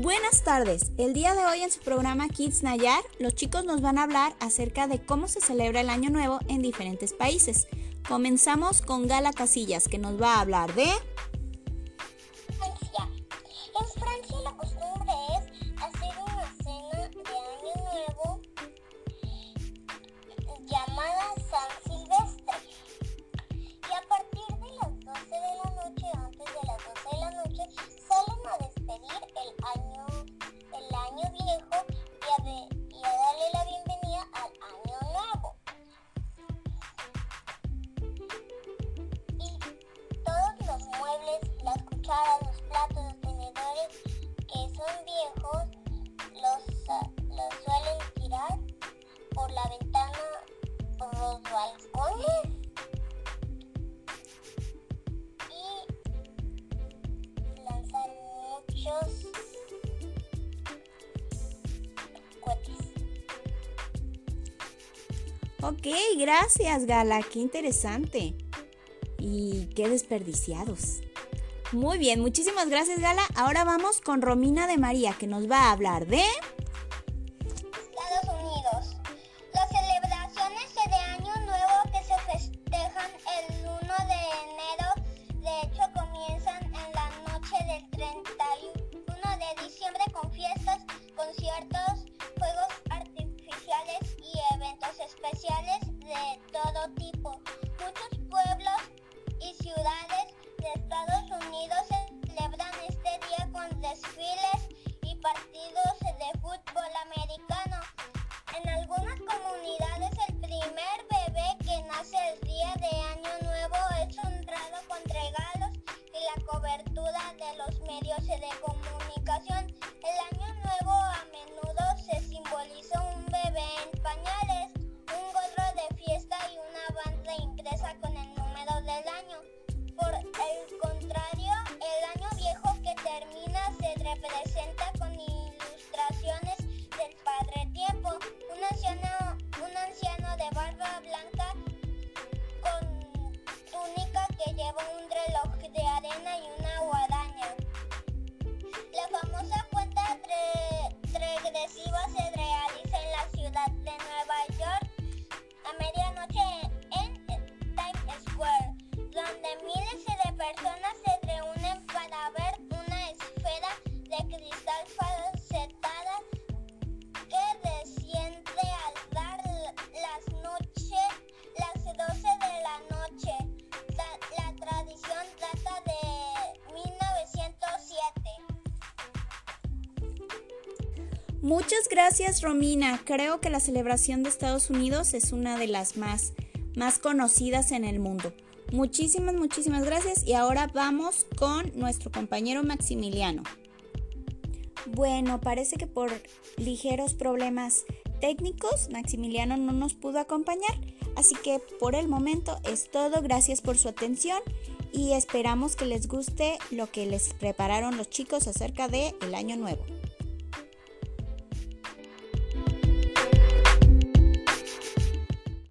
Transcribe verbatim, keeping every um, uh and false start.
Buenas tardes, el día de hoy en su programa Kids Nayar, los chicos nos van a hablar acerca de cómo se celebra el Año Nuevo en diferentes países. Comenzamos con Gala Casillas, que nos va a hablar de... Francia. En Francia la costumbre es hacer una cena de Año Nuevo llamada San Silvestre. Y a partir de las doce de la noche, antes de las doce de la noche, salen a despedir el año, el año viejo y a, de, y a darle la bienvenida al Año Nuevo. Y todos los muebles, las cucharas, los platos, los tenedores que son viejos, los, uh, los suelen tirar por la ventana, por los balcones y lanzar muchos cohetes. Ok, gracias Gala, qué interesante. Y qué desperdiciados. Muy bien, muchísimas gracias Gala. Ahora vamos con Romina de María, que nos va a hablar de... Estados Unidos. Las celebraciones de Año Nuevo que se festejan el uno de enero, de hecho comienzan en la noche del treinta y uno de diciembre con fiestas, conciertos, juegos artificiales y eventos especiales de todo tipo. Muchos pueblos y ciudades de Estados Unidos celebran este día con desfiles y partidos de fútbol americano. En algunas comunidades el primer bebé que nace el día de Año Nuevo es honrado con regalos y la cobertura de los medios de comunicación. El Año Nuevo a menudo se simboliza un bebé en pañales, un gorro de fiesta y una banda impresa con el número del año. Por el contrario, el año viejo que termina se representa con ilustraciones del Padre Tiempo, un anciano, un anciano de barba blanca con túnica que lleva un reloj de arena y una guadaña. La famosa cuenta re, regresiva se realiza en la ciudad de Nueva York a medianoche en Times Square, donde miles de personas se reúnen para ver una esfera de cristal falsetada que desciende al dar las noches, las doce de la noche. La, la tradición data de mil novecientos siete. Muchas gracias Romina. Creo que la celebración de Estados Unidos es una de las más, más conocidas en el mundo. Muchísimas, muchísimas gracias. Y ahora vamos con nuestro compañero Maximiliano. Bueno, parece que por ligeros problemas técnicos, Maximiliano no nos pudo acompañar. Así que por el momento es todo. Gracias por su atención y esperamos que les guste lo que les prepararon los chicos acerca del Año Nuevo.